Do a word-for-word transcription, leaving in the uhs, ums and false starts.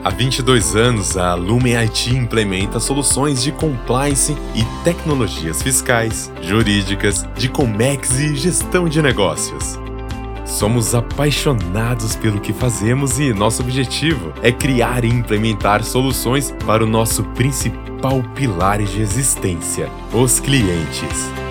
Há vinte e dois anos, a Lumen I T implementa soluções de compliance e tecnologias fiscais, jurídicas, de Comex e gestão de negócios. Somos apaixonados pelo que fazemos e nosso objetivo é criar e implementar soluções para o nosso principal pilar de existência, os clientes.